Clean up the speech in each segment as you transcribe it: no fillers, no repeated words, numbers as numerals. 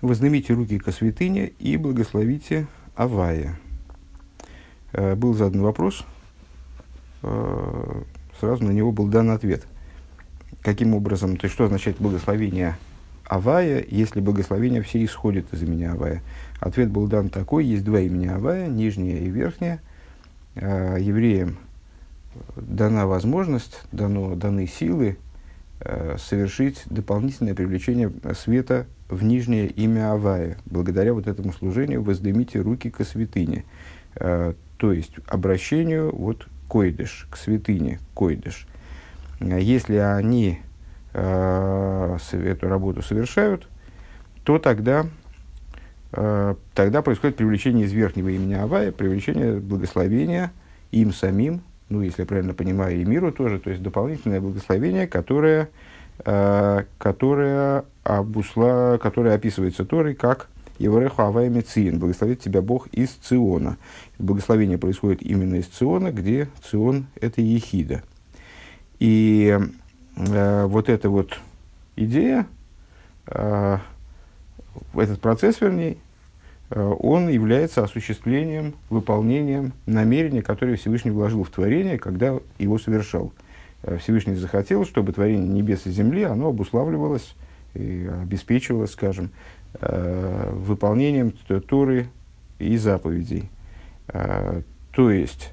Вознымите руки ко святыне и благословите Авая. Был задан вопрос, сразу на него был дан ответ. Каким образом, то есть что означает благословение Авая, если благословения все исходят из имени Авая? Ответ был дан такой: есть два имени Авая, нижнее и верхнее. Евреям дана возможность, даны силы совершить дополнительное привлечение света в нижнее имя Авая. Благодаря вот этому служению воздымите руки ко святыне. То есть обращению койдыш, к святыне, койдыш. Если они эту работу совершают, то тогда происходит привлечение из верхнего имени Авая, привлечение благословения им самим, если я правильно понимаю, и миру тоже, то есть дополнительное благословение, которое описывается Торой как «Евареху Авая Мециин», «Благословит тебя Бог из Циона». Благословение происходит именно из Циона, где Цион – это Ехида. И вот эта вот идея, этот процесс, вернее, он является осуществлением, выполнением намерения, которое Всевышний вложил в творение, когда его совершал. Всевышний захотел, чтобы творение небес и земли, оно обуславливалось и обеспечивалось, скажем, выполнением Торы и заповедей. То есть,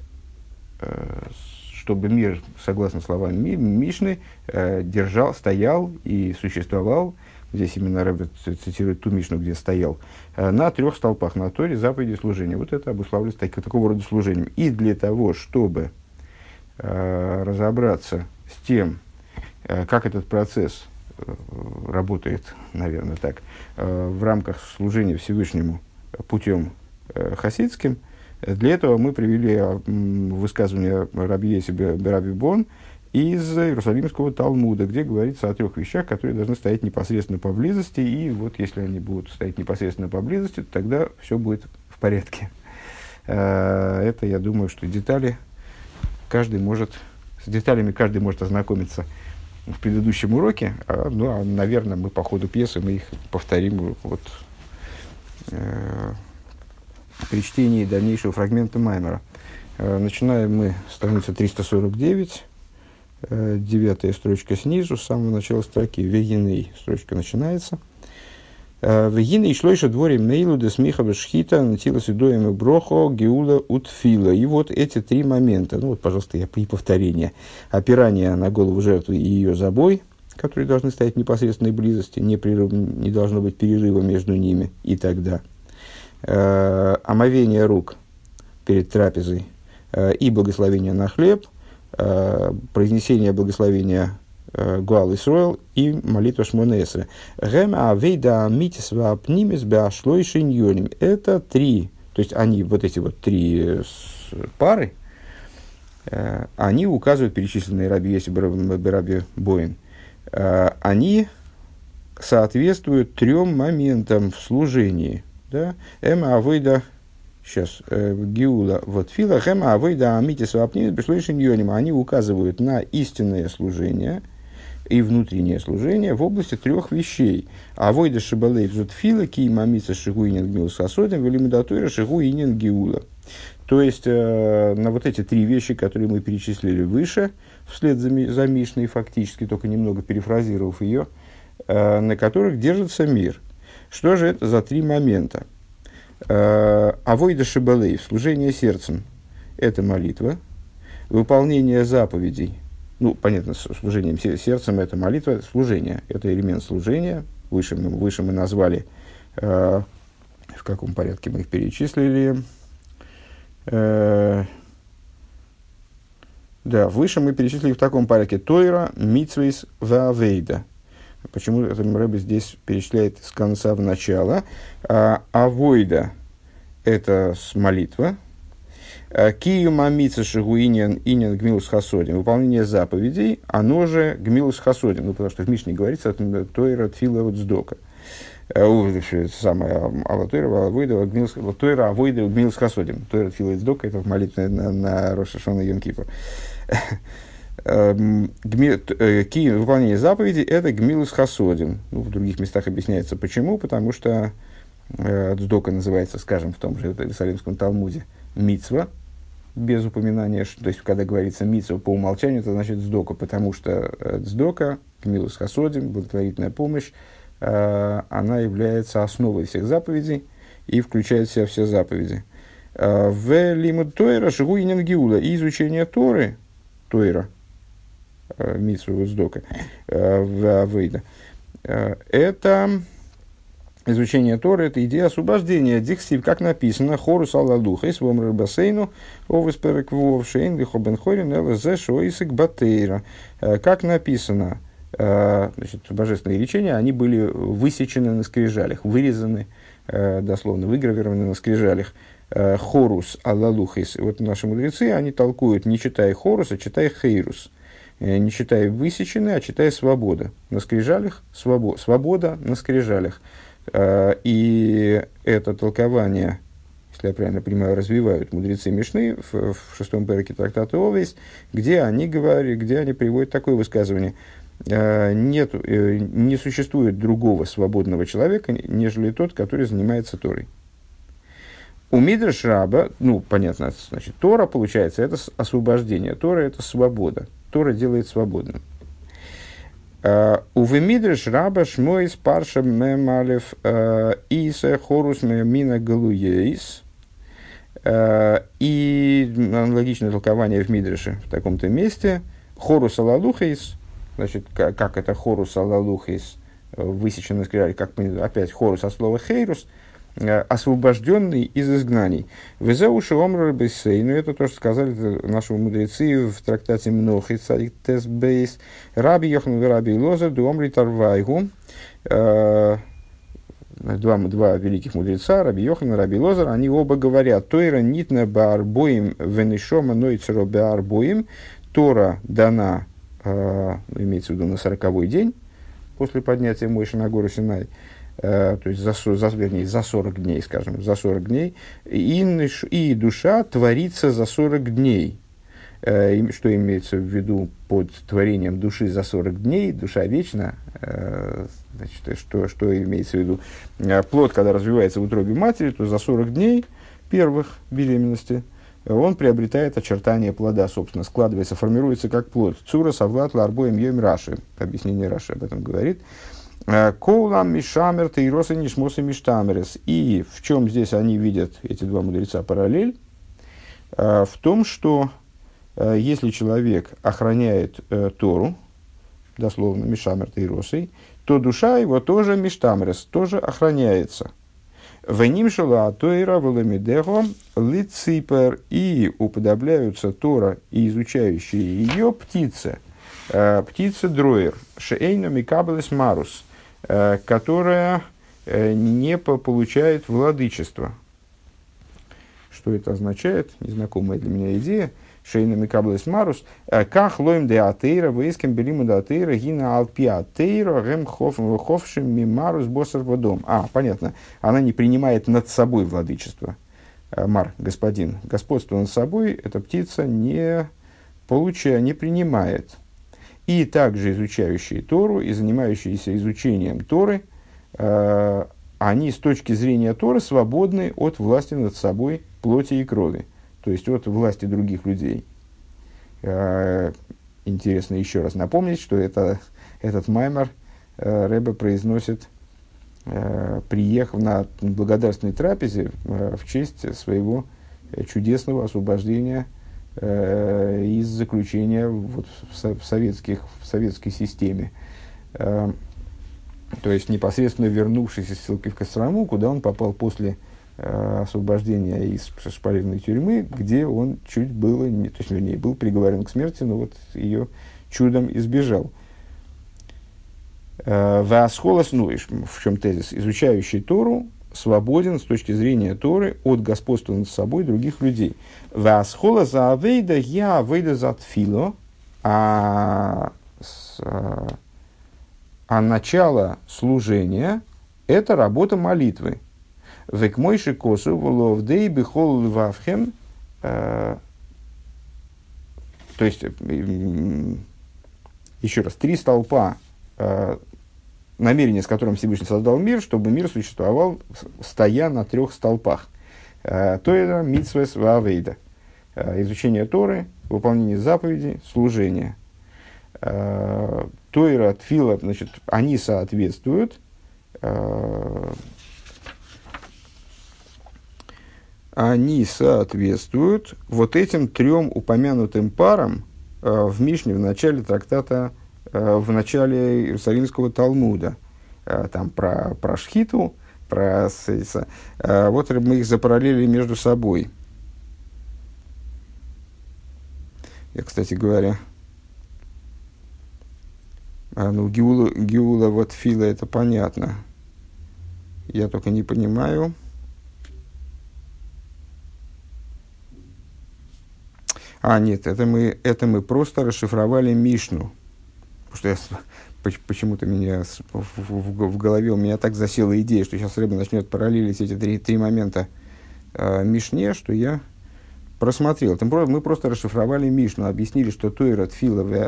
чтобы мир, согласно словам Мишны, стоял и существовал, здесь именно Ребе цитирует ту Мишну, где стоял, на 3 столпах, на Торе, заповеди, служения. Вот это обуславливается такого рода служением. И для того, чтобы разобраться с тем, как этот процесс работает, наверное, так, в рамках служения Всевышнему путем хасидским, для этого мы привели высказывание Раби Йоси бен Бон из Иерусалимского Талмуда, где говорится о 3 вещах, которые должны стоять непосредственно поблизости, и вот если они будут стоять непосредственно поблизости, то тогда все будет в порядке. Это, я думаю, что с деталями каждый может ознакомиться в предыдущем уроке, наверное, мы по ходу пьесы мы их повторим при чтении дальнейшего фрагмента Маймера. Начинаем мы с страницы 349, 9-я строчка снизу, с самого начала строки. Вегиней строчка начинается. Вегиней шло еще дворе мейлу десмиха бешхита натилас идоем и брохо геула утфила. И вот эти 3 момента, пожалуйста, я и повторение. Опирание на голову жертвы и ее забой, которые должны стоять в непосредственной близости, не должно быть перерыва между ними и тогда. Омовение рук перед трапезой и благословение на хлеб, произнесение благословения Гуал Исроэл и молитва Шмона Эсре. Гэм авейда митис вапнимис беашлой шиньоним. Это 3, то есть они, вот эти 3 пары, они указывают, перечисленные Раби Йоси бен Боин, они соответствуют 3 моментам в служении. Да? Эма авейда Гиула фила хэма авейда амитис вапнимис беашлой шиньоним. Они указывают на истинное служение и внутреннее служение в области 3 вещей. Авойда шибалей взутфила ки мамица шигуинен гмилус хасодим велимудатуира шигуинен гиула. То есть, на вот эти 3 вещи, которые мы перечислили выше, вслед за Мишной, фактически, только немного перефразировав ее, на которых держится мир. Что же это за 3 момента? Авойда шибалей, служение сердцем, это молитва. Выполнение заповедей, понятно, служением сердцем это молитва, служение, это элемент служения. Выше мы назвали, в каком порядке мы их перечислили. Выше мы перечислили в таком порядке: Тойра, Мицвейс, Ваавейда. Почему это Рэбе здесь перечисляет с конца в начало? Авойда – это молитва. Кию мамица шигуинен инен гмилус хасодим. Выполнение заповедей, оно же гмилус хасодим. Потому что в Мишне говорится Тойра тфила цдока. Самое Алатойра авойда гмилус Тойра авойда гмилус хасодим. Тойра тфила цдока – это в молитве на Рош ха-Шана Йом Кипур. Выполнение заповеди – это гмилус хасодим. Ну, в других местах объясняется почему. Потому что цдока называется, скажем, в том же Иерусалимском Талмуде мицва, без упоминания, то есть, когда говорится мицва по умолчанию, это значит цдока, потому что цдока, гмилус хасодим, благотворительная помощь, она является основой всех заповедей и включает в себя все заповеди. В лимуд Тойра шигуинен гиула, и изучение Торы, Тойра, мицву цдока, в Авейда, это изучение Торы, это идея освобождения. Диксив, как написано, хорус аллалуха, и свом рыбасейну, овесперек вовшейн, лихобен хорин, элэзэ шоисик батейра. Как написано, значит, божественные речения, они были высечены на скрижалях, вырезаны, дословно, выгравированы на скрижалях. Хорус аллалухис. Вот наши мудрецы, они толкуют, не читая хорус, а читая хейрус. Не читая высечены, а читая свобода. На скрижалях свобода на скрижалях. И это толкование, если я правильно понимаю, развивают мудрецы Мишны в шестом переке трактата Овейс, где они приводят такое высказывание: не существует другого свободного человека, нежели тот, который занимается Торой. У Мидраш Раба, ну, понятно, значит, Тора, получается, это освобождение, Тора – это свобода, Тора делает свободным. У Мидраш Раба шмойс парша мемалев исе хорус мина галуейс. И аналогичное толкование в Мидраше в таком-то месте. Хорус алалухейс, значит, как это хорус алалухейс, высечено на скрижале, как опять хорус от слова хейрус, освобожденный из изгнаний. Везеуши омрар бейсей, ну это то, что сказали наши мудрецы в трактате Мнохи, царик тес бейс, раби Йохан и раби Лозер, дуомри тарвайгу, два великих мудреца, раби Йохан и раби Лозер, они оба говорят: Тойра нитна баарбоим венешома нойцеро баарбоим, Тора дана, имеется в виду на 40-й день после поднятия Мойши на гору Синай, то есть за 40 дней, скажем, за 40 дней, и душа творится за 40 дней. Что имеется в виду под творением души за 40 дней? Душа вечна. Значит, что имеется в виду? Плод, когда развивается в утробе матери, то за 40 дней первых беременности он приобретает очертания плода, собственно, складывается, формируется как плод. Цура совлат ларбоем йом Раши. Объяснение Раши об этом говорит. Коулам мишамер тейросы нишмосы миштамерес. И в чем здесь они видят, эти два мудреца, параллель? В том, что если человек охраняет Тору, дословно мишамер тейросой, то душа его тоже миштамерес, тоже охраняется. Венимшала Тойра веламидехо лиципер, и уподобляются Тора и изучающие ее птицы. Птица дроер, шеэйна микабелес марус, которая не получает владычество. Что это означает? Незнакомая для меня идея. Шейна микабелес марус. Ках лоим де атеира, вейским белиму де атеира, гина алпи атеира, гэм ховшим мимарус босар водом. Понятно. Она не принимает над собой владычество. Мар, господин. Господство над собой эта птица не принимает. И также изучающие Тору и занимающиеся изучением Торы, они с точки зрения Торы свободны от власти над собой плоти и крови, то есть от власти других людей. Интересно еще раз напомнить, что этот маймар Ребе произносит, приехав на благодарственной трапезе в честь своего чудесного освобождения из заключения в советской системе. То есть, непосредственно вернувшись из ссылки в Кострому, куда он попал после освобождения из шпалерной тюрьмы, где он чуть было, был приговорен к смерти, но вот ее чудом избежал. Ваасхолас, в чем тезис? Изучающий Тору свободен с точки зрения Торы от господства над собой других людей. Ваасхола за авейда, я авейда за тфило, а начало служения – это работа молитвы. Век мойши косу воловдей бихол вавхем То есть, еще раз, три столпа намерение, с которым Всевышний создал мир, чтобы мир существовал, стоя на трех столпах. Тора, мицвес, ваавейда. Изучение Торы, выполнение заповедей, служение. Тора, тфила, значит, они соответствуют вот этим трем упомянутым парам в Мишне в начале трактата, в начале Иерусалимского Талмуда. Там про шхиту, про сейса. Вот мы их запараллелили между собой. Я, кстати говоря, Геула вот фила, это понятно. Я только не понимаю. Нет, это мы просто расшифровали Мишну. Потому что почему-то в голове у меня так засела идея, что сейчас Ребе начнет параллелить эти три момента Мишне, что я просмотрел. Мы просто расшифровали Мишну, объяснили, что Тойра тфила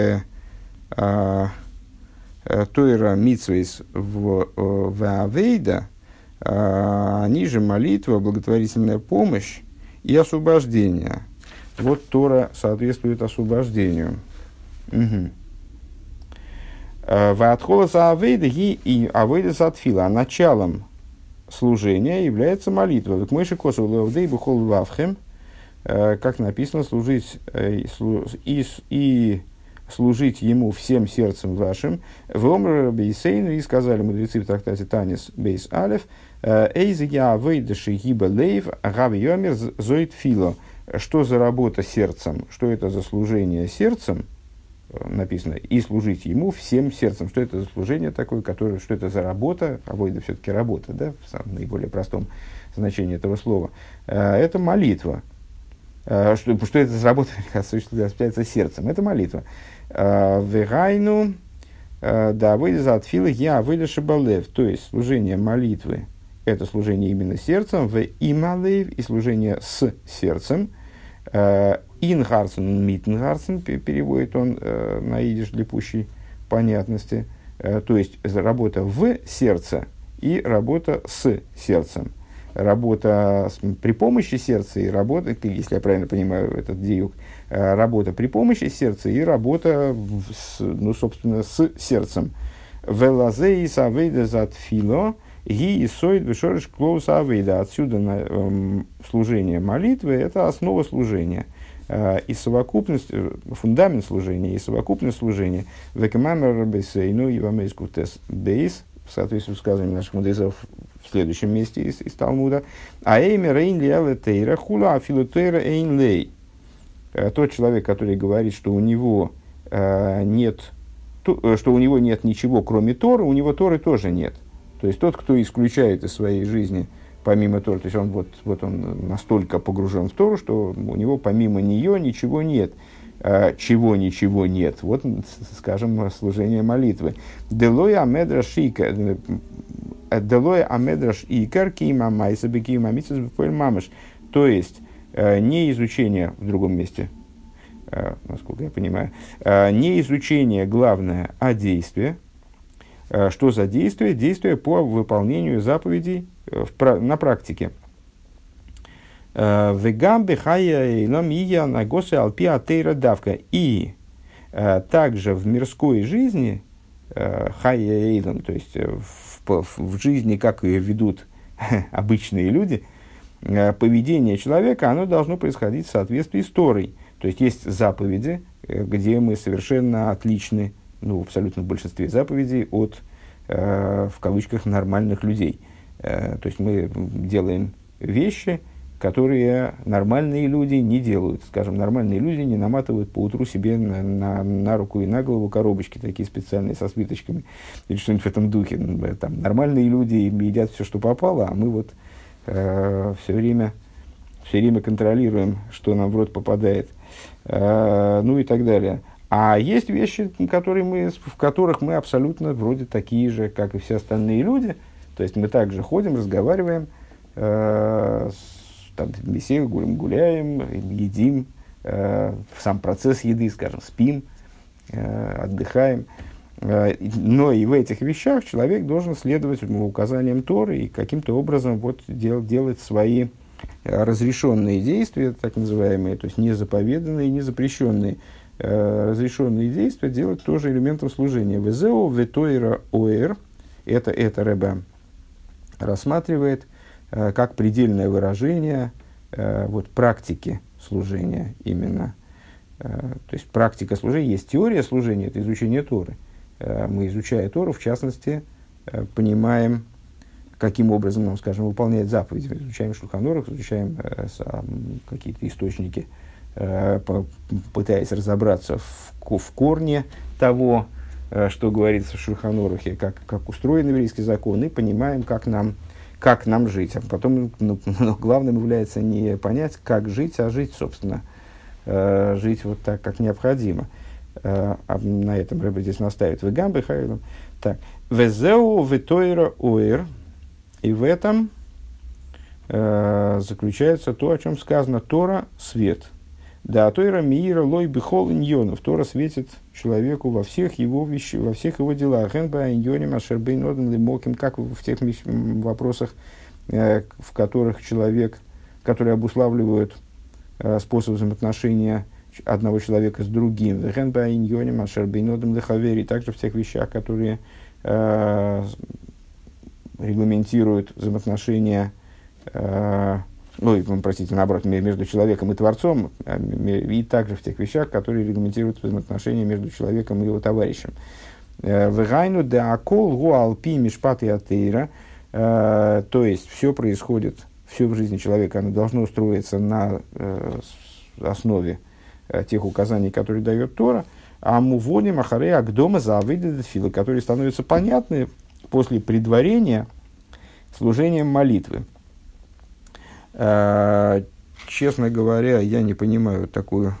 Тойра мицвейс в авейда, они же молитва, благотворительная помощь и освобождение. Вот Тора соответствует освобождению. Угу. Ваатхоласа авейда и авейда сатфила. А началом служения является молитва. Как мойши косу леовдей бухол вавхем, как написано, служить и служить ему всем сердцем вашим. В омр бейсейну, и сказали мудрецы в трактате Танис бейс алеф, эйзия авейда шигиба лейв агави йомер зоит фило. Что за работа сердцем? Что это за служение сердцем? Написано, и служить ему всем сердцем. Что это за служение такое, что это за работа? Авойда все-таки работа, да, в самом наиболее простом значении этого слова. Это молитва. Что это за работа, осуществляется сердцем? Это молитва. Вегайну, да, выйдя за отфилы, я выйду шабалев. То есть, служение молитвы, это служение именно сердцем, в ималев, и служение с сердцем. Ингарсен, митнгарсен, переводит он на идиш для пущей понятности. То есть, работа в сердце и работа с сердцем. Работа при помощи сердца и работа, если я правильно понимаю этот диюк, работа при помощи сердца и работа, собственно, с сердцем. Велазе и савейда затфило, ги и соид вишориш клоус авейда. Отсюда служение молитвы – это основа служения. И совокупность, фундамент служения, и совокупность служения. Векамамер бейсейну и вамейскутес бейс, в соответствии с сказанием наших мудрецов в следующем месте из Талмуда. А эйми рейн лиале тейра хула афилутейра эйн лей. Тот человек, который говорит, что у него нет ничего, кроме Торы, у него Торы тоже нет. То есть тот, кто исключает из своей жизни помимо Торы, то есть он он настолько погружен в Тору, что у него помимо нее ничего нет. Чего ничего нет. Вот, скажем, служение молитвы. Делоя амедраш икар кима майса бекима митсус бепоэль мамыш. То есть, не изучение в другом месте, насколько я понимаю, не изучение главное, а действие. Что за действие? Действие по выполнению заповедей на практике. Вегамбе хая ломия нагосы алпиа тейра давка. И также в мирской жизни хая эйлом, то есть в жизни, как ее ведут обычные люди, поведение человека, оно должно происходить в соответствии с Торой. То есть есть заповеди, где мы совершенно отличны, в абсолютном большинстве заповедей от, в кавычках, нормальных людей. То есть мы делаем вещи, которые нормальные люди не делают. Скажем, нормальные люди не наматывают по утру себе на руку и на голову коробочки такие специальные со свиточками или что-нибудь в этом духе. Там, нормальные люди едят все, что попало, а мы вот все время контролируем, что нам в рот попадает, и так далее. А есть вещи, в которых мы абсолютно вроде такие же, как и все остальные люди. То есть мы также ходим, разговариваем, беседуем, гуляем, едим, в сам процесс еды, скажем, спим, отдыхаем. Но и в этих вещах человек должен следовать указаниям Торы и каким-то образом вот делать свои разрешенные действия, так называемые, то есть не заповеданные, не запрещенные, разрешенные действия делать тоже элементом служения. Везео ветойра оэр, это Ребе рассматривает как предельное выражение вот, практики служения именно. То есть практика служения, есть теория служения, это изучение Торы. Мы, изучая Тору, в частности, понимаем, каким образом нам, скажем, выполнять заповеди. Мы изучаем Шулхан Арух, изучаем какие-то источники, пытаясь разобраться в корне того, что говорится в Шулхан Арухе, как устроен еврейский закон, и понимаем, как нам жить. А потом главным является не понять, как жить, а жить, собственно, жить вот так, как необходимо. А на этом Ребе здесь наставит. Вегамбы хайлом. Так. Везеу ветойра оэр. И в этом заключается то, о чем сказано. Тора – свет. Да, Тора миира лой бихол иньонов. Тора светит человеку во всех его вещах, во всех его делах. Хенба иньоним ашербей ноден лимоким. Как в тех вопросах, в которых которые обуславливают способ взаимоотношения одного человека с другим. Хенба иньоним ашербей ноден лихавери. Также в тех вещах, которые регламентируют взаимоотношения, наоборот, между человеком и Творцом, и также в тех вещах, которые регламентируют взаимоотношения между человеком и его товарищем. Вегайну де акол гуалпи мишпат и атеира, то есть все происходит, все в жизни человека, оно должно строиться на основе тех указаний, которые дает Тора, а мувони махаре агдома заавиды фила, которые становятся понятны после предварения служением молитвы. Честно говоря, я не понимаю такую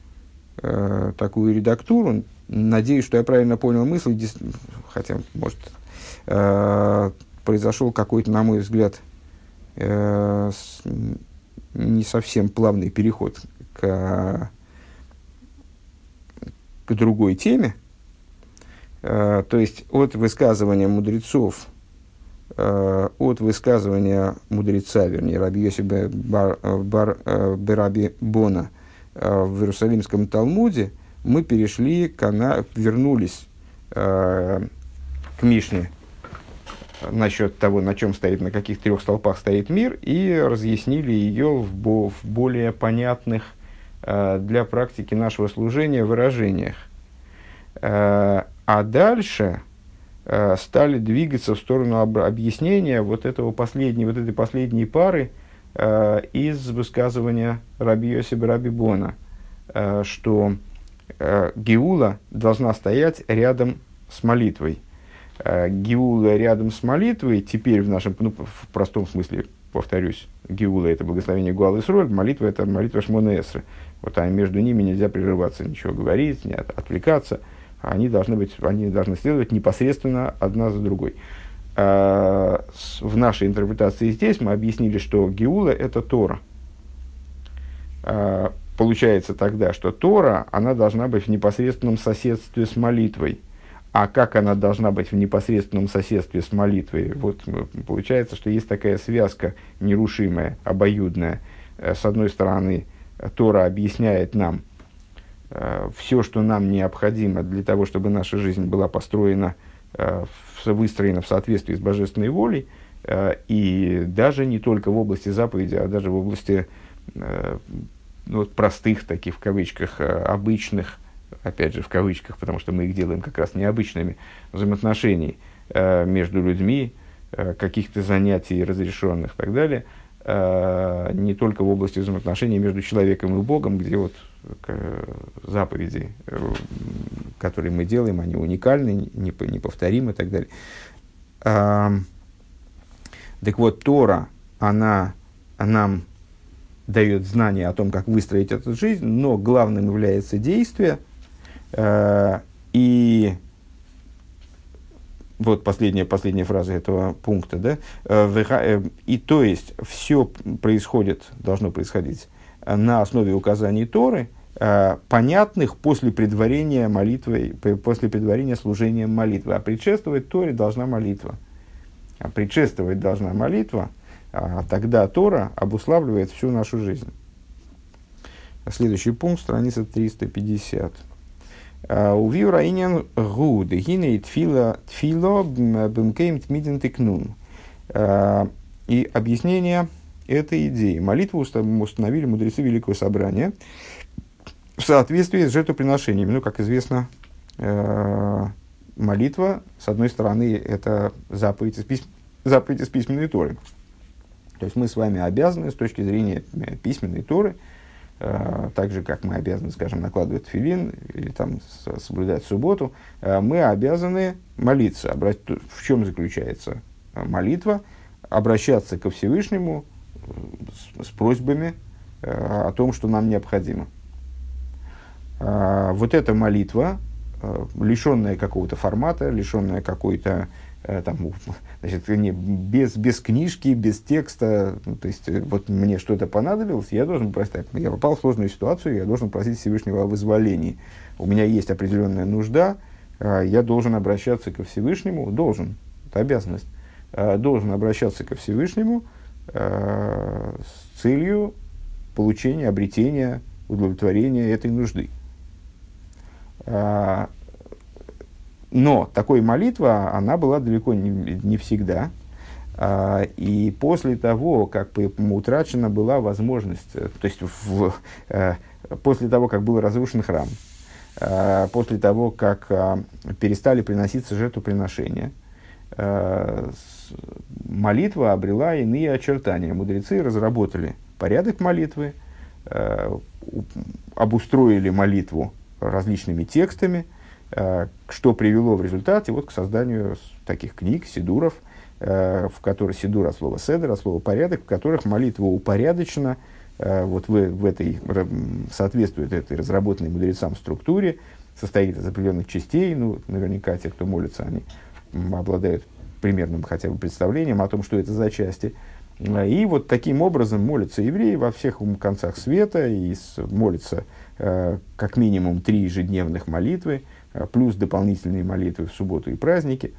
редактуру. Надеюсь, что я правильно понял мысль, хотя, может, произошел какой-то, на мой взгляд, не совсем плавный переход к другой теме. То есть от высказывания мудреца, вернее, Раби Йоси Бераби Бона в Иерусалимском Талмуде, мы вернулись к Мишне насчет того, на чем стоит, на каких 3 столпах стоит мир, и разъяснили ее в более понятных для практики нашего служения выражениях. А дальше стали двигаться в сторону объяснения вот этой последней пары из высказывания Раби Йоси Бераби Бона, что геула должна стоять рядом с молитвой. Геула рядом с молитвой, теперь в простом смысле, повторюсь, геула – это благословение Гуал Исроль, молитва – это молитва Шмона Эсры. Вот между ними нельзя прерываться, ничего говорить, не отвлекаться. Они должны следовать непосредственно одна за другой. В нашей интерпретации здесь мы объяснили, что геула – это Тора. Получается тогда, что Тора, она должна быть в непосредственном соседстве с молитвой. А как она должна быть в непосредственном соседстве с молитвой? Вот получается, что есть такая связка нерушимая, обоюдная. С одной стороны, Тора объясняет нам все, что нам необходимо для того, чтобы наша жизнь была выстроена в соответствии с божественной волей, и даже не только в области заповеди, а даже в области простых, таких в кавычках, обычных, опять же в кавычках, потому что мы их делаем как раз необычными, взаимоотношений между людьми, каких-то занятий разрешенных и так далее, не только в области взаимоотношений между человеком и Богом, где вот заповеди, которые мы делаем, они уникальны, неповторимы и так далее. Так вот, Тора, она нам дает знание о том, как выстроить эту жизнь, но главным является действие. И вот последняя фраза этого пункта, да? И то есть все должно происходить на основе указаний Торы, понятных после предварения молитвы, после предварения служением молитвы. А предшествовать Торе должна молитва. А тогда Тора обуславливает всю нашу жизнь. Следующий пункт, страница 350. Увив раинен гу, дегиней тфило бэмкейм тмиден текнун. И объяснение этой идеи. Молитву установили мудрецы Великого Собрания в соответствии с жертвоприношениями. Ну, как известно, молитва, с одной стороны, это заповедь из письменной Торы. То есть мы с вами обязаны, с точки зрения письменной Торы, так же, как мы обязаны, скажем, накладывать тфилин или там соблюдать субботу, мы обязаны молиться. В чем заключается молитва? Обращаться ко Всевышнему с просьбами о том, что нам необходимо. Вот эта молитва, лишенная какого-то формата, лишенная какой-то значит, без книжки, без текста, то есть вот мне что-то понадобилось, я попал в сложную ситуацию, я должен просить Всевышнего о вызволении. У меня есть определенная нужда, я должен обращаться ко Всевышнему, это обязанность, должен обращаться ко Всевышнему с целью получения, обретения, удовлетворения этой нужды. Но такой молитва, она была далеко не всегда. И после того, как утрачена была возможность, то есть после того, как был разрушен храм, после того, как перестали приноситься жертвоприношения, молитва обрела иные очертания. Мудрецы разработали порядок молитвы, обустроили молитву различными текстами, что привело в результате к созданию таких книг, сидуров, в которых сидур от слова седер, от слова порядок, в которых молитва упорядочена, соответствует этой разработанной мудрецам структуре, состоит из определенных частей. Наверняка те, кто молится, они обладают примерным хотя бы представлением о том, что это за части. И вот таким образом молятся евреи во всех концах света, и молятся как минимум 3 ежедневных молитвы, плюс дополнительные молитвы в субботу и праздники.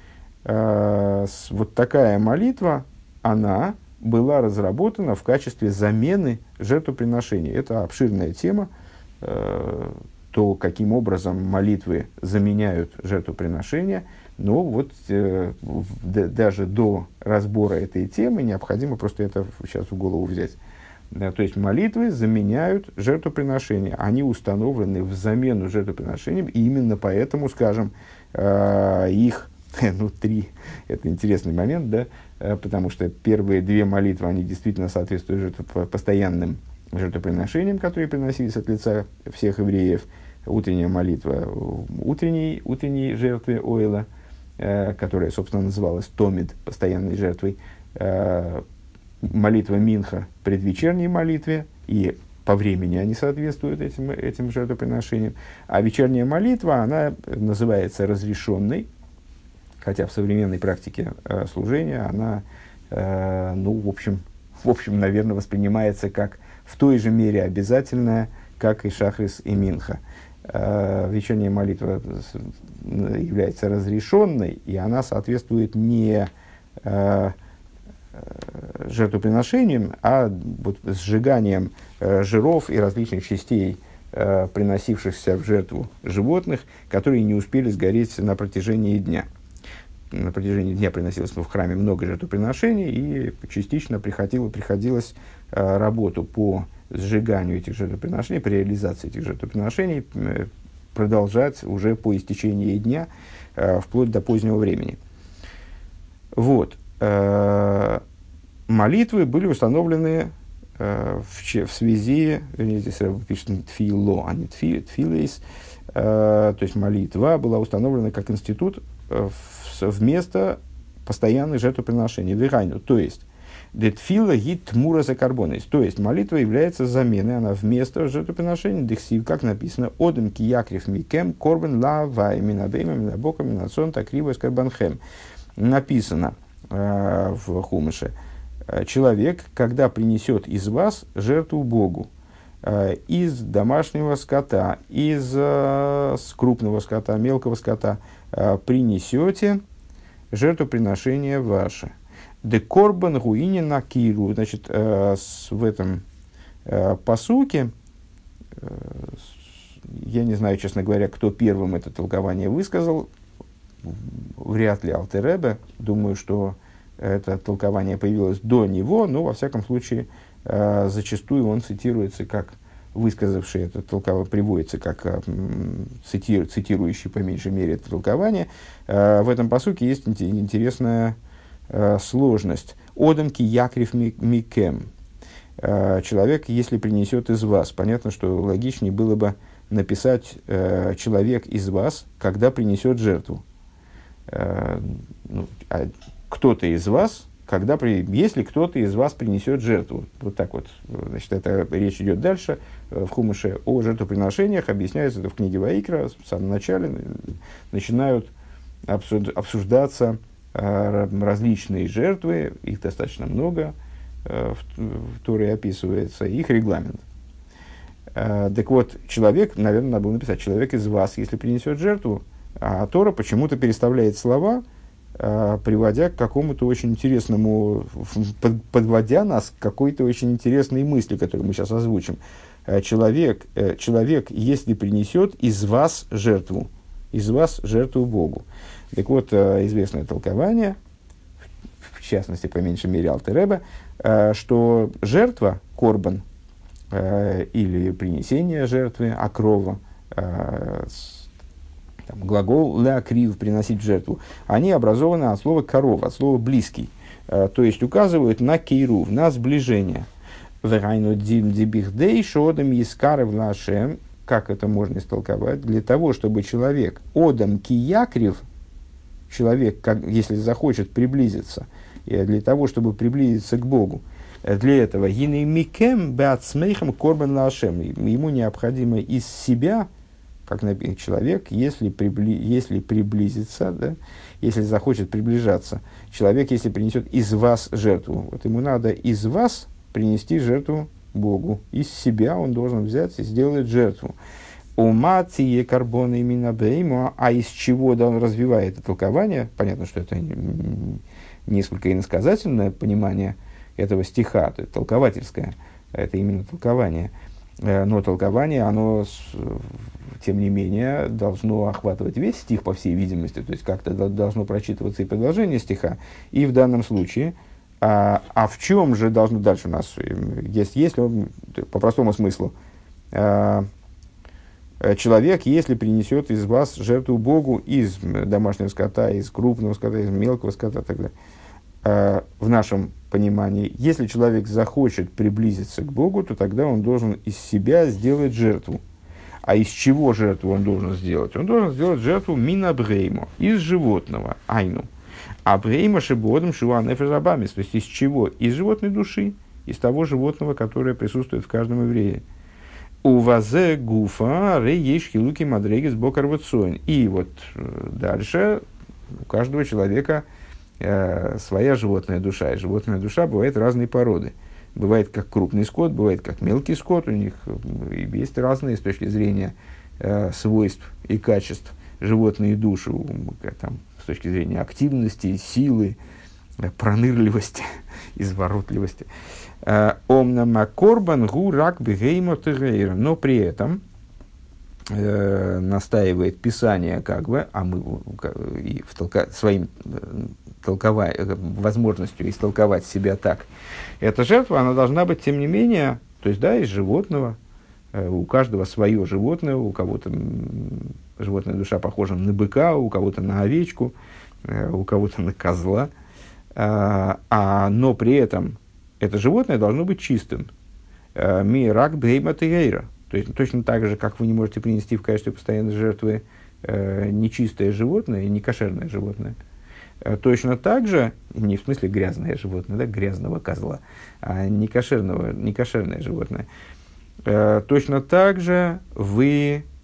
Вот такая молитва, она была разработана в качестве замены жертвоприношений. Это обширная тема, то, каким образом молитвы заменяют жертвоприношения. Но даже до разбора этой темы необходимо просто это сейчас в голову взять. То есть молитвы заменяют жертвоприношения. Они установлены в замену жертвоприношениям, и именно поэтому, скажем, их 3, это интересный момент, да, потому что первые 2 молитвы, они действительно соответствуют постоянным жертвоприношениям, которые приносились от лица всех евреев. Утренняя молитва утренней жертвы ойла, которая, собственно, называлась Томид, постоянной жертвой. Молитва Минха предвечерней молитве, и по времени они соответствуют этим жертвоприношениям. А вечерняя молитва, она называется разрешенной, хотя в современной практике служения она, в общем, наверное, воспринимается как в той же мере обязательная, как и шахрис и минха. Вечерняя молитва является разрешенной, и она соответствует не жертвоприношением, а сжиганием жиров и различных частей, приносившихся в жертву животных, которые не успели сгореть на протяжении дня. На протяжении дня приносилось в храме много жертвоприношений, и частично приходилось работу по сжиганию этих жертвоприношений, по реализации этих жертвоприношений продолжать уже по истечении дня, вплоть до позднего времени. Молитвы были установлены в связи, здесь пишет тфило, а не тфилейс, то есть молитва была установлена как институт вместо постоянных жертвоприношений. То есть, детфила гит тмура за карбонис. То есть, молитва является заменой, она вместо жертвоприношений, дексив, как написано, одем ки якрив микем, корбен лавай, минабейма, минабока, минацон, такрива, скарбанхем. Написано в Хумыше, Человек, когда принесет из вас жертву Богу, из домашнего скота, из крупного скота, мелкого скота, принесете жертвоприношение ваше. Де корбан гуини на киру. Значит, в этом пасуке, я не знаю, честно говоря, кто первым это толкование высказал, вряд ли Алтер Ребе, думаю, что это толкование появилось до него, но, во всяком случае, зачастую он цитируется как высказавший это толкование, приводится как цитирующий, по меньшей мере, это толкование. В этом пасуке есть интересная сложность. «Одамки якрив микем». Человек, если принесет из вас. Понятно, что логичнее было бы написать «человек из вас, когда принесет жертву». Кто-то из вас, если кто-то из вас принесет жертву. Вот так вот. Значит, это речь идет дальше в Хумаше о жертвоприношениях. Объясняется это в книге Ваикра. В самом начале начинают обсуждаться различные жертвы. Их достаточно много. В Торе описывается их регламент. Так вот, человек, наверное, надо было написать, человек из вас, если принесет жертву, а Тора почему-то переставляет слова, приводя к какому-то очень интересному, подводя нас к какой-то очень интересной мысли, которую мы сейчас озвучим. Человек, если принесет из вас жертву Богу. Так вот, известное толкование, в частности, по меньшей мере, Алтер Ребе, что жертва, корбан, или принесение жертвы, акрова, глагол «леакрив» – приносить в жертву, они образованы от слова «коров», от слова «близкий», то есть указывают на кейрув, на сближение. Как это можно истолковать? Для того, чтобы человек «одам киякрив», человек, если захочет приблизиться, для того, чтобы приблизиться к Богу, для этого ему необходимо из себя, как написано, человек, если приблизится, да, если захочет приближаться, человек, если принесет из вас жертву, вот ему надо из вас принести жертву Богу. Из себя он должен взять и сделать жертву. Уматие карбона именно бейма, а из чего он развивает это толкование? Понятно, что это несколько иносказательное понимание этого стиха, это толковательское, это именно толкование. Но толкование, оно, тем не менее, должно охватывать весь стих, по всей видимости, то есть как-то должно прочитываться и продолжение стиха. И в данном случае, в чем же должно дальше у нас, если по простому смыслу, человек, если принесет из вас жертву Богу из домашнего скота, из крупного скота, из мелкого скота, так далее, в нашем понимании, если человек захочет приблизиться к Богу, то тогда он должен из себя сделать жертву. А из чего жертву он должен сделать? Он должен сделать жертву минабреймо, из животного, айну. А бреймо шебодом шива нефешабамис, то есть из чего? Из животной души, из того животного, которое присутствует в каждом еврее. У вазе гуфа рейешки луки мадрегис бокарвацоин. И вот дальше у каждого человека своя животная душа. И животная душа бывает разной породы. Бывает как крупный скот, бывает как мелкий скот. У них есть разные с точки зрения свойств и качеств животные души. Там, с точки зрения активности, силы, пронырливости, изворотливости. Омнамакорбан гурак бегеймо тегейра. Но при этом настаивает Писание, как бы, а мы и своим возможностью истолковать себя так. Эта жертва, она должна быть, тем не менее, то есть, да, из животного, у каждого свое животное, у кого-то животная душа похожа на быка, у кого-то на овечку, у кого-то на козла, но при этом это животное должно быть чистым. Мирак бейма тегейра. То есть, точно так же, как вы не можете принести в качестве постоянной жертвы нечистое животное, некошерное животное, точно так же, не в смысле грязное животное, да, грязного козла, а некошерное животное, точно так же вы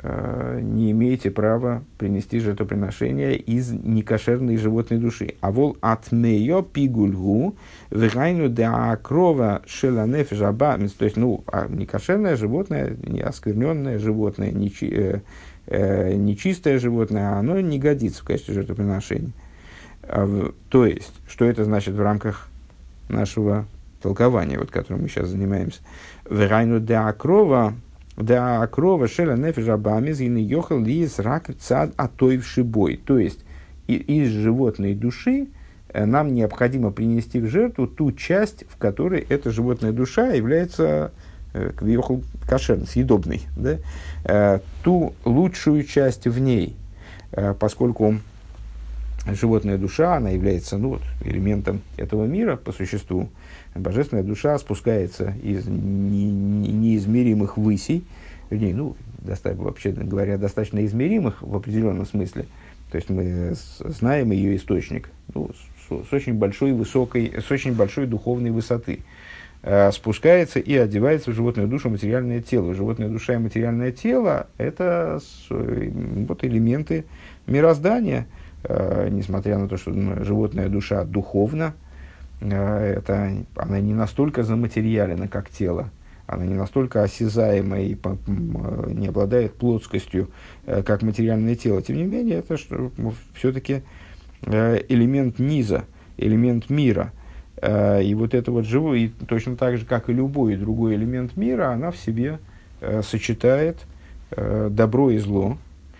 не имеете права принести жертвоприношение из некошерной животной души. А вол атмеё пигульгу вегайну да крова шеланеф жаба. То есть, некошерное животное, не оскверненное животное, нечистое животное, оно не годится в качестве жертвоприношения. То есть, что это значит в рамках нашего толкования, которым мы сейчас занимаемся? Вегайну да крова шеля нефеш абамис и не йохал лиес рак цад атоивший бой. То есть, из животной души нам необходимо принести в жертву ту часть, в которой эта животная душа является кошерной, съедобной. Да? Ту лучшую часть в ней, поскольку животная душа, она является элементом этого мира по существу. Божественная душа спускается из неизмеримых высей, вернее, вообще говоря, достаточно измеримых в определенном смысле. То есть мы знаем ее источник с очень большой духовной высоты. Спускается и одевается в животную душу материальное тело. Животная душа и материальное тело – это элементы мироздания. Несмотря на то, что животная душа духовна, она не настолько заматериалена, как тело, она не настолько осязаема и не обладает плотскостью, как материальное тело. Тем не менее, это все-таки элемент низа, элемент мира. И это живое, и точно так же, как и любой другой элемент мира, она в себе сочетает добро и зло,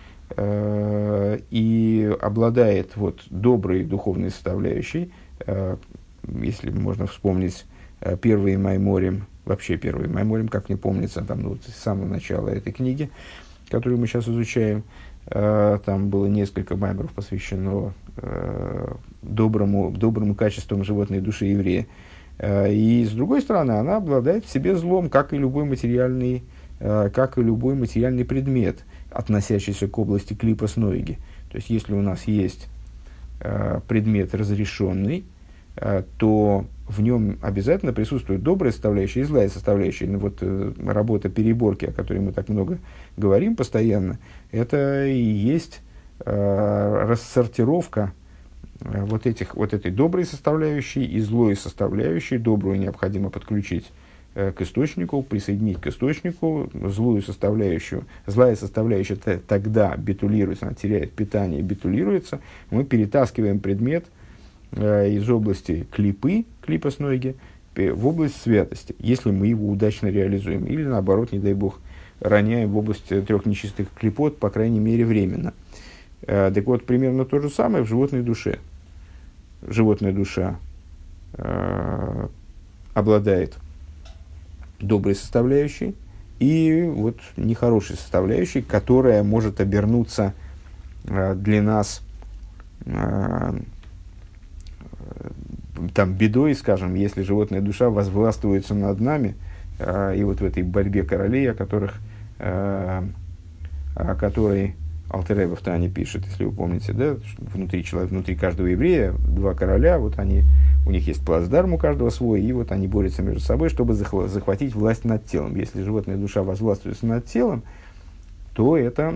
и обладает доброй духовной составляющей. Если можно вспомнить первые Майморим, как мне помнится, с самого начала этой книги, которую мы сейчас изучаем, там было несколько майморов, посвящено доброму качествам животной души еврея. И, с другой стороны, она обладает в себе злом, как и любой материальный предмет, относящийся к области клипос ноиги. То есть, если у нас есть предмет разрешенный, то в нем обязательно присутствует добрая составляющая и злая составляющая. Работа переборки, о которой мы так много говорим постоянно, это и есть рассортировка этой доброй составляющей и злой составляющей. Добрую необходимо подключить к источнику, присоединить к источнику, злая составляющая тогда битулируется, она теряет питание, битулируется, мы перетаскиваем предмет из области клипос ноги, в область святости, если мы его удачно реализуем, или наоборот, не дай бог, роняем в область трех нечистых клипот, по крайней мере, временно. Так вот, примерно то же самое в животной душе. Животная душа обладает доброй составляющей и нехорошей составляющей, которая может обернуться для нас бедой, скажем, если животная душа возвластвуется над нами, и в этой борьбе королей, о которой Алтер Ребе в Тане пишет, если вы помните, да, внутри каждого еврея два короля, у них есть плацдарм у каждого свой, и они борются между собой, чтобы захватить власть над телом. Если животная душа возвластвуется над телом, то это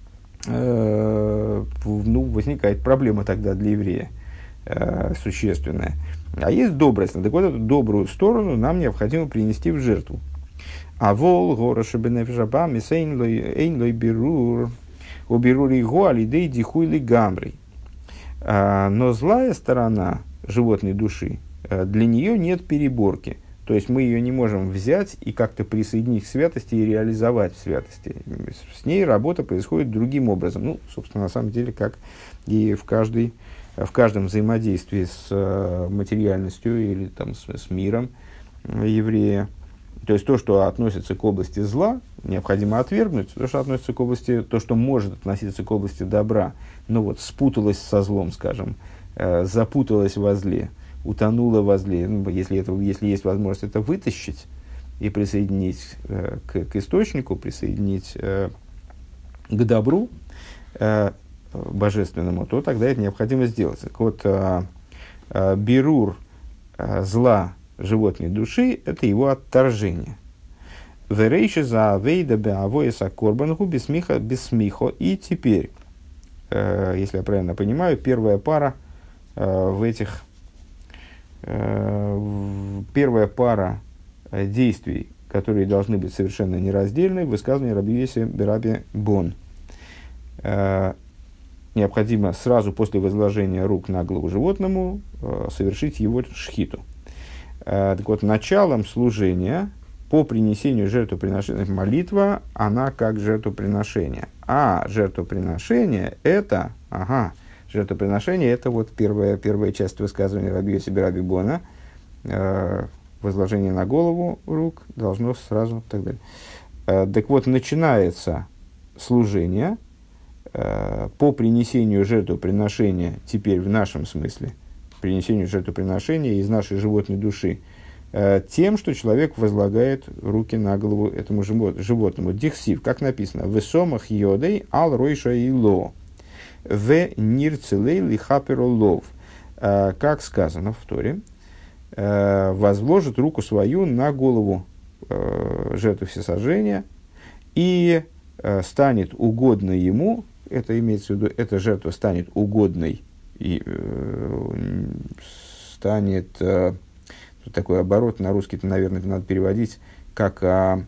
возникает проблема тогда для еврея существенная. А есть добрая сторона. Так вот, эту добрую сторону нам необходимо принести в жертву. А вол гора шебенефежаба мисейн лой бирур убирур его алидей дихуйли гамрей. Но злая сторона животной души, для нее нет переборки. То есть мы ее не можем взять и как-то присоединить к святости и реализовать в святости. С ней работа происходит другим образом. Собственно, на самом деле, как и в каждом взаимодействии с материальностью или с миром еврея. То есть то, что относится к области зла, необходимо отвергнуть. То, что относится к области, то, что может относиться к области добра, но спуталось со злом, скажем, запуталось во зле, утонуло во зле. Если есть возможность это вытащить и присоединить к источнику, присоединить к добру божественному, то тогда это необходимо сделать. Так вот, бирур зла животной души – это его отторжение. Верейши за авейда беавоеса корбангу бессмихо. И теперь, если я правильно понимаю, первая пара первая пара действий, которые должны быть совершенно нераздельны, в высказывании Раби Йоси Раби Бон. Необходимо сразу после возложения рук на голову животному совершить его шхиту. Так вот, началом служения по принесению жертвоприношения, молитва, она как жертвоприношение. А жертвоприношение это, жертвоприношение это вот первая часть высказывания Раби Йоси Раби Бона. Возложение на голову рук должно сразу, так далее. Так вот, начинается служение по принесению жертвоприношения, теперь в нашем смысле, принесению жертвоприношения из нашей животной души, тем, что человек возлагает руки на голову этому животному. Дихсив, как написано, в сомах йодей ал ройша и ло, в нирцелей лихаперо лов, как сказано в Торе, возложит руку свою на голову жертвы всесожжения и станет угодно ему, это имеется в виду, эта жертва станет угодной и станет, тут такой оборот, на русский-то, наверное, надо переводить, как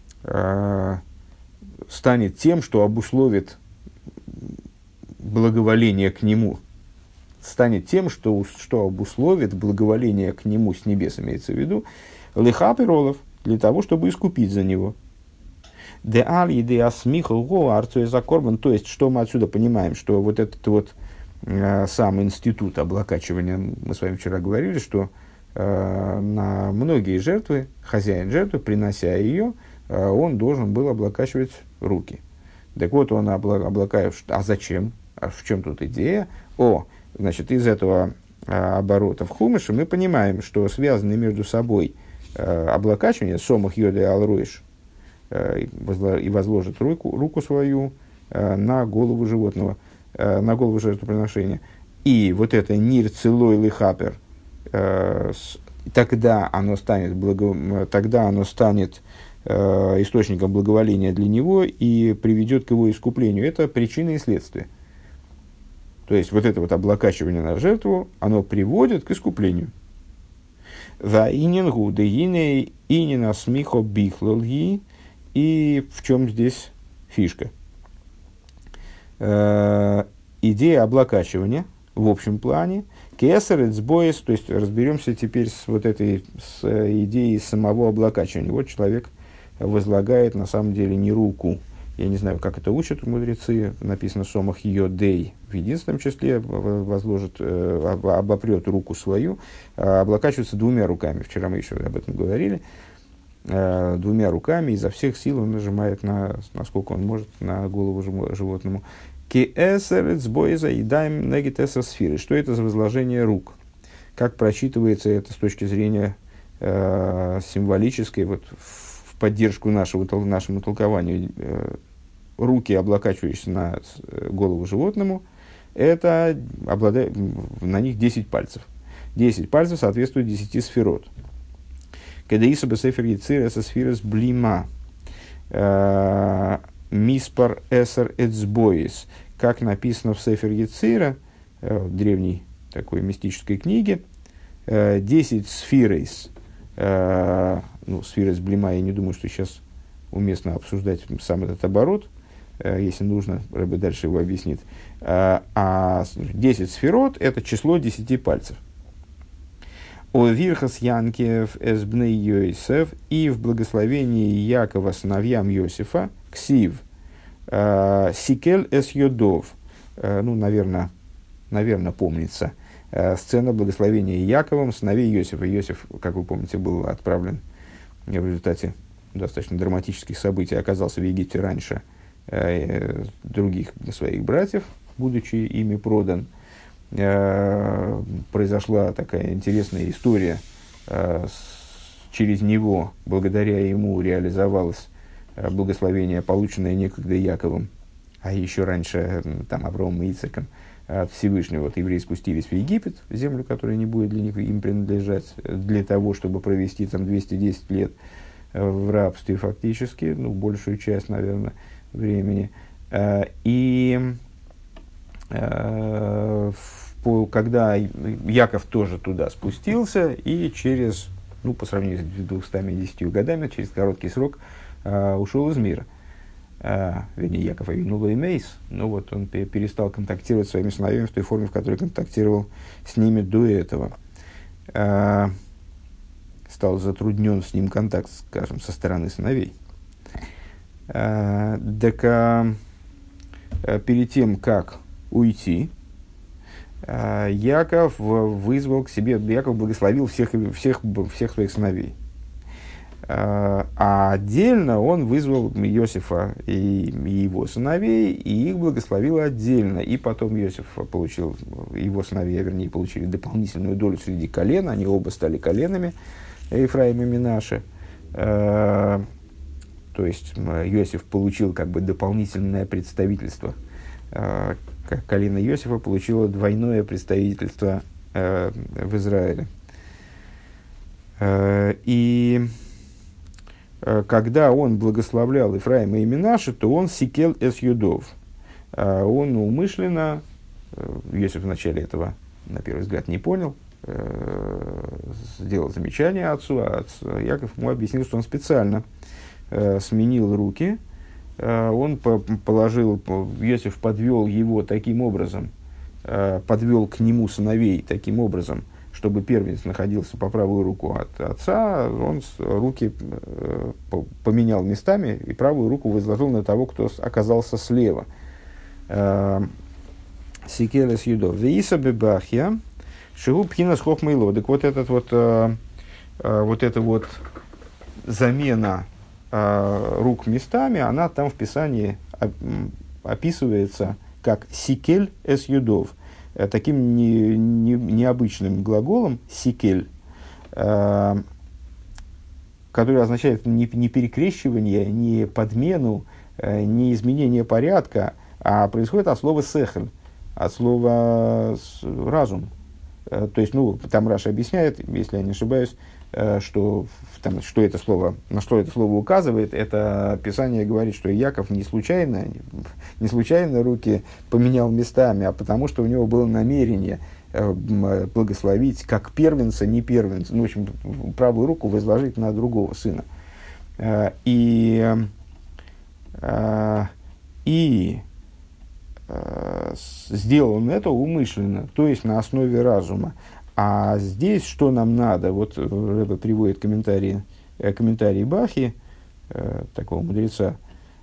станет тем, что обусловит благоволение к нему. Станет тем, что обусловит благоволение к нему с небес, имеется в виду, лихап и ролов, для того, чтобы искупить за него. Де аль еде асмихо го арцуэ закорбан. То есть, что мы отсюда понимаем, что вот этот вот сам институт облакачивания, мы с вами вчера говорили, что на многие жертвы, хозяин жертвы, принося ее, он должен был облакачивать руки. Так вот, он облакает, а зачем? А в чем тут идея? Значит, из этого оборота в Хумыше мы понимаем, что связаны между собой облакачивание, сомах йоды алройш, и возложит руку свою на голову животного, на голову жертвоприношения. И вот это нир целой лихапер, тогда оно станет источником благоволения для него и приведет к его искуплению. Это причина и следствие. То есть, вот это вот облакачивание на жертву, оно приводит к искуплению. И в чем здесь фишка? Идея облакачивания в общем плане, кесарецбоес, то есть разберемся теперь с идеей самого облакачивания. Вот человек возлагает на самом деле не руку. Я не знаю, как это учат мудрецы. Написано «сомах йодей» в единственном числе, возложит, обопрет руку свою, облокачивается двумя руками. Вчера мы еще об этом говорили. Двумя руками, изо всех сил он нажимает, насколько он может, на голову животному. «Ки-эсер цбоиза и дайм негит-эсер сферы». Что это за возложение рук? Как прочитывается это с точки зрения символической, вот, в поддержку нашему толкованию, руки, облокачивающиеся на голову животному, это на них 10 пальцев. 10 пальцев соответствует 10 сферот. Кедаиса бесефер яцира со сферос блима миспар эсер эцбоис. Как написано в Сефер Яцира, древней такой мистической книге, 10 сферейс. Сферейс блима, я не думаю, что сейчас уместно обсуждать сам этот оборот. Если нужно, Рэбе дальше его объяснит. А 10 сферот – это число 10 пальцев. О вирхас Янкев эсбней Йосеф, и в благословении Якова сыновьям Йосифа, ксив, сикель эс йодов, наверное, помнится, сцена благословения Яковом сыновей Йосифа. Йосиф, как вы помните, был отправлен в результате достаточно драматических событий, оказался в Египте раньше других своих братьев, будучи ими продан. Произошла такая интересная история. Через него, благодаря ему, реализовалось благословение, полученное некогда Яковом, а еще раньше там, Авраамом и Ицхаком от Всевышнего. Вот евреи спустились в Египет, в землю, которая не будет для них им принадлежать, для того, чтобы провести там 210 лет в рабстве фактически, ну, большую часть, наверное, времени. И когда Яков тоже туда спустился, и через, ну, по сравнению с 210 годами, через короткий срок ушел из мира. Вернее, Яков Авину Лоимейс, но вот он перестал контактировать с своими сыновьями в той форме, в которой контактировал с ними до этого. Стал затруднен с ним контакт, скажем, со стороны сыновей. Перед тем, как уйти, Яков вызвал к себе, Яков благословил всех своих сыновей. А отдельно он вызвал Иосифа и его сыновей, и их благословил отдельно. И потом Иосиф получил, его сыновья, вернее, получили дополнительную долю среди колен, они оба стали коленами, Ефраим и Менаше. То есть Иосиф получил как бы дополнительное представительство. Колено Иосифа получило двойное представительство в Израиле. И когда он благословлял Ефраима и Менаше, то он сикел эс юдов. Он умышленно, Иосиф вначале этого, на первый взгляд, не понял, сделал замечание отцу, а Яков ему объяснил, что он специально сменил руки. Он положил, Иосиф подвел его таким образом, подвел к нему сыновей таким образом, чтобы первенец находился по правую руку от отца, он руки поменял местами и правую руку возложил на того, кто оказался слева. Сикелес юдов. Веиса бебахья, шигу пхинас хохмейло. Так вот эта вот замена рук местами, она там в Писании описывается как сикель эс юдов. Таким необычным глаголом «сикель», который означает не перекрещивание, не подмену, не изменение порядка, а происходит от слова «сехель», от слова «разум». То есть, ну, там Раша объясняет, если я не ошибаюсь, что это слово, на что это слово указывает. Это Писание говорит, что Яков не случайно руки поменял местами, а потому что у него было намерение благословить как первенца, не первенца, ну, в общем, правую руку возложить на другого сына. И сделал он это умышленно, то есть на основе разума. А здесь что нам надо? Вот Рэбе приводит комментарий Бахи, такого мудреца,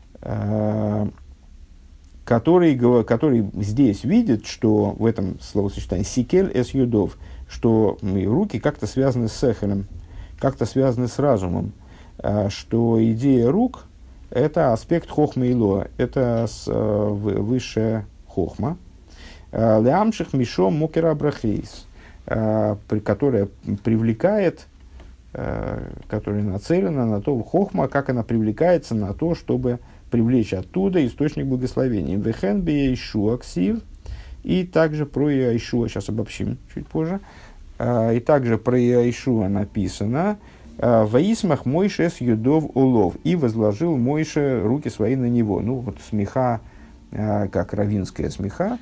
который здесь видит, что в этом словосочетании «сикель эс юдов», что руки как-то связаны с сехелем, как-то связаны с разумом, что идея рук – это аспект хохма и лоа, это высшая хохма. «Леамших мишо мокера брахейс», которая привлекает, которая нацелена на то, хохма, как она привлекается на то, чтобы привлечь оттуда источник благословения. Вехен бе Яишуа ксив, и также про Яишуа, сейчас обобщим чуть позже, и также про Яишуа написано «Ваисмах Мойше с юдов улов», и возложил Мойше руки свои на него. Ну, вот смеха, как раввинская смеха,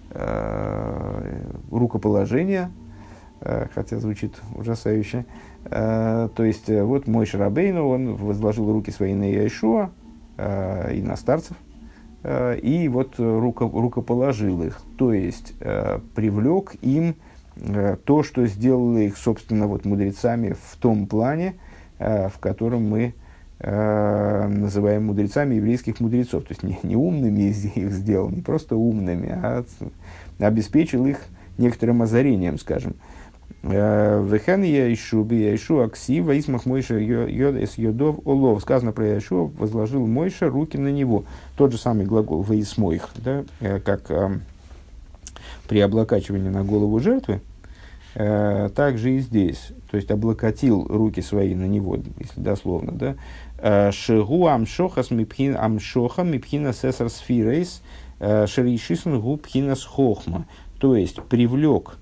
рукоположение, хотя звучит ужасающе. То есть, вот Мойше Рабейну, он возложил руки свои на Яишуа и на старцев, и вот рукоположил их, то есть привлек им то, что сделало их, собственно, вот мудрецами в том плане, в котором мы называем мудрецами еврейских мудрецов. То есть не умными их сделал, не просто умными, а обеспечил их некоторым озарением, скажем. Вехен Яишу би Яишу акси ваисмах Мойше йод эс йодов олов. Сказано про Яишу, возложил Мойше руки на него. Тот же самый глагол ваисмоих, да, как при облокачивании на голову жертвы, также и здесь. То есть облокотил руки свои на него, если дословно, да. Шегу амшохас мипхин амшоха мипхина сесар сфирейс шеришисн гу пхина схохма. То есть привлек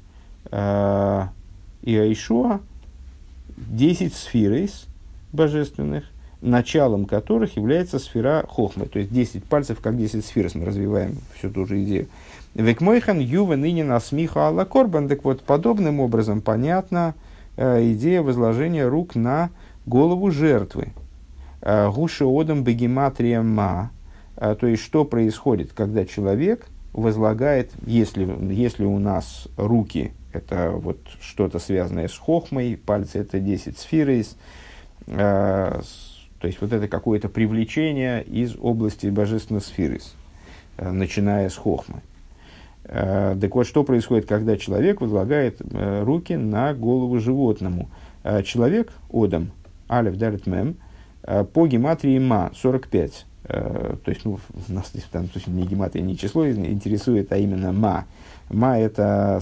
Яишуа 10 сфирейс божественных, началом которых является сфера хохмы. То есть 10 пальцев, как 10 сфер, мы развиваем всю ту же идею. Векмойхан юва ныне насмиха алла корбан. Так вот, подобным образом понятна идея возложения рук на голову жертвы. Гуша одам бегематрия ма. То есть, что происходит, когда человек возлагает, если у нас руки это вот что-то связанное с хохмой, пальцы это 10 сфирис, то есть вот это какое-то привлечение из области божественных сфирис, начиная с хохмы. Так вот, что происходит, когда человек возлагает руки на голову животному? Человек, одам, алеф, далит, мем, по гематрии ма, 45. То есть, ну, нас здесь в данном случае не гематрия, не число интересует, а именно ма. Ма это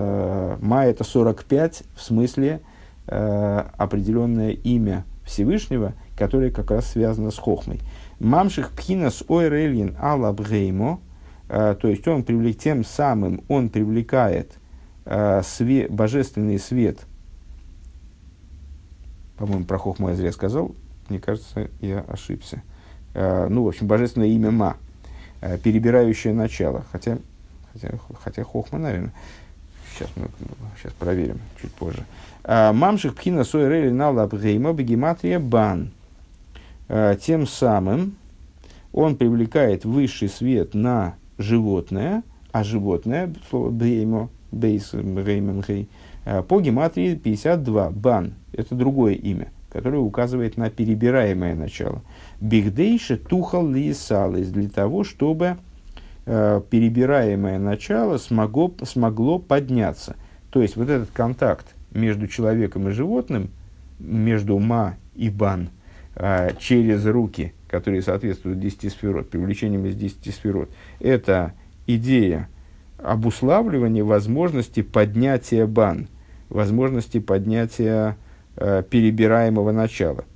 45, в смысле определенное имя Всевышнего, которое как раз связано с хохмой. Мамших пхинас ойрельин алабгеймо. То есть тем самым он привлекает божественный свет. По-моему, про хохму я зря сказал. Мне кажется, я ошибся. В общем, божественное имя Ма, перебирающее начало. Хотя хохма, наверное. Сейчас проверим чуть позже. Мамших пхина сойрели на лабгейма бегематрия бан. Тем самым он привлекает высший свет на животное, а животное, слово беймо, бейс, реймем, гей, по гематрии 52, бан, это другое имя, которое указывает на перебираемое начало. Бигдейше тухал лиесалис, для того, чтобы перебираемое начало смогло подняться. То есть, вот этот контакт между человеком и животным, между ма и бан, через руки, которые соответствуют 10 сферот, привлечением из 10 сферот, это идея обуславливания возможности поднятия бан, возможности поднятия перебираемого начала.